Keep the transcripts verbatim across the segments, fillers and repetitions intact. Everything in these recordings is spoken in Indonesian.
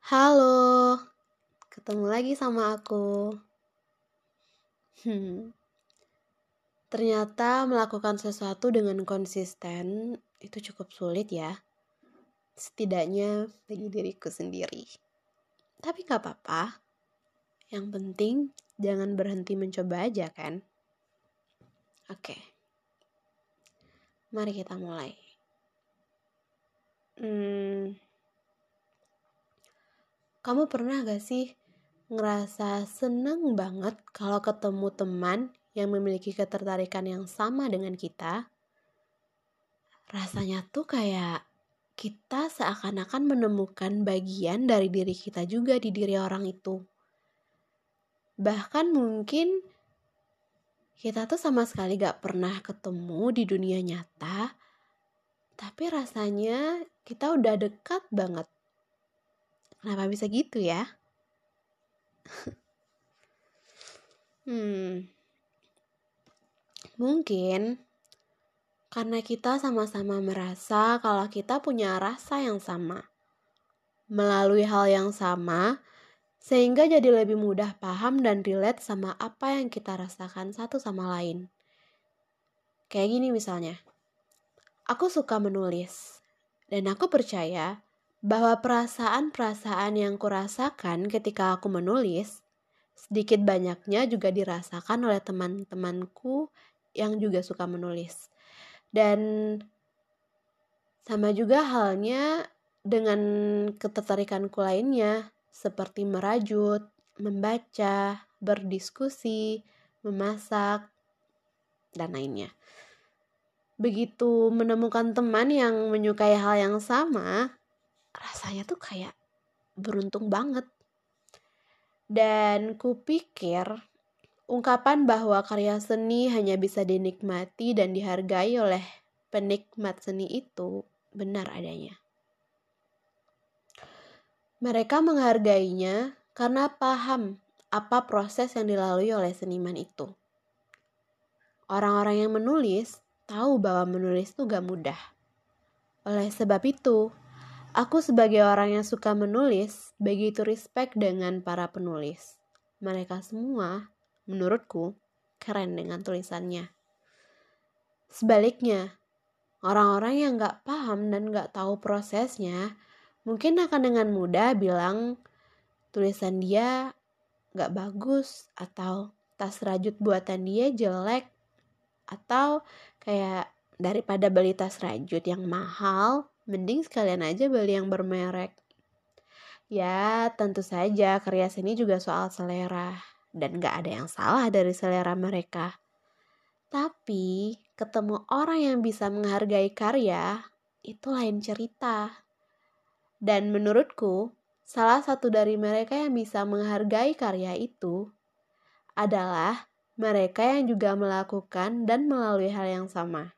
Halo, ketemu lagi sama aku. Hmm, ternyata melakukan sesuatu dengan konsisten itu cukup sulit ya. Setidaknya bagi diriku sendiri. Tapi gak apa-apa. Yang penting jangan berhenti mencoba aja kan. Oke, mari kita mulai. Hmm, kamu pernah gak sih ngerasa seneng banget kalau ketemu teman yang memiliki ketertarikan yang sama dengan kita? Rasanya tuh kayak kita seakan-akan menemukan bagian dari diri kita juga di diri orang itu. Bahkan mungkin kita tuh sama sekali gak pernah ketemu di dunia nyata, tapi rasanya kita udah dekat banget. Kenapa bisa gitu ya? Hmm, mungkin karena kita sama-sama merasa kalau kita punya rasa yang sama. Melalui hal yang sama, sehingga jadi lebih mudah paham dan relate sama apa yang kita rasakan satu sama lain. Kayak gini misalnya, aku suka menulis, dan aku percaya bahwa perasaan-perasaan yang kurasakan ketika aku menulis, sedikit banyaknya juga dirasakan oleh teman-temanku yang juga suka menulis. Dan sama juga halnya dengan ketertarikanku lainnya, seperti merajut, membaca, berdiskusi, memasak, dan lainnya. Begitu menemukan teman yang menyukai hal yang sama, rasanya tuh kayak beruntung banget. Dan kupikir ungkapan bahwa karya seni hanya bisa dinikmati dan dihargai oleh penikmat seni itu benar adanya. Mereka menghargainya karena paham apa proses yang dilalui oleh seniman itu. Orang-orang yang menulis tahu bahwa menulis itu gak mudah. Oleh sebab itu, aku sebagai orang yang suka menulis begitu respect dengan para penulis. Mereka semua, menurutku, keren dengan tulisannya. Sebaliknya, orang-orang yang gak paham dan gak tahu prosesnya mungkin akan dengan mudah bilang tulisan dia gak bagus, atau tas rajut buatan dia jelek, atau kayak daripada beli tas rajut yang mahal, mending sekalian aja beli yang bermerek. Ya, tentu saja karya seni juga soal selera, dan gak ada yang salah dari selera mereka. Tapi, ketemu orang yang bisa menghargai karya, itu lain cerita. Dan menurutku, salah satu dari mereka yang bisa menghargai karya itu adalah mereka yang juga melakukan dan melalui hal yang sama.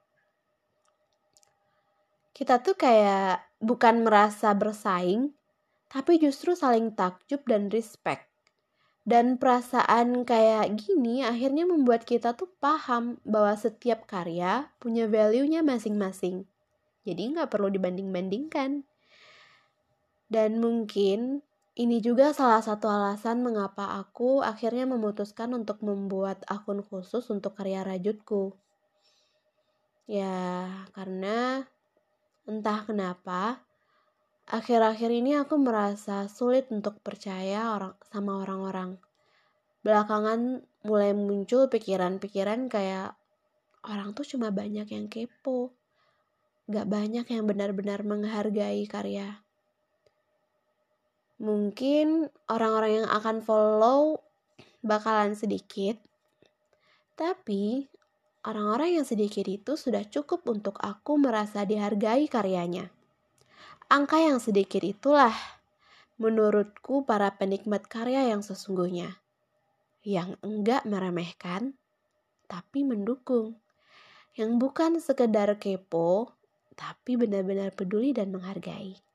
Kita tuh kayak bukan merasa bersaing, tapi justru saling takjub dan respect. Dan perasaan kayak gini akhirnya membuat kita tuh paham bahwa setiap karya punya value-nya masing-masing. Jadi gak perlu dibanding-bandingkan. Dan mungkin ini juga salah satu alasan mengapa aku akhirnya memutuskan untuk membuat akun khusus untuk karya rajutku. Ya, karena entah kenapa, akhir-akhir ini aku merasa sulit untuk percaya orang sama orang-orang. Belakangan mulai muncul pikiran-pikiran kayak orang tuh cuma banyak yang kepo. Gak banyak yang benar-benar menghargai karya. Mungkin orang-orang yang akan follow bakalan sedikit, tapi orang-orang yang sedikit itu sudah cukup untuk aku merasa dihargai karyanya. Angka yang sedikit itulah menurutku para penikmat karya yang sesungguhnya, yang enggak meremehkan, tapi mendukung, yang bukan sekedar kepo, tapi benar-benar peduli dan menghargai.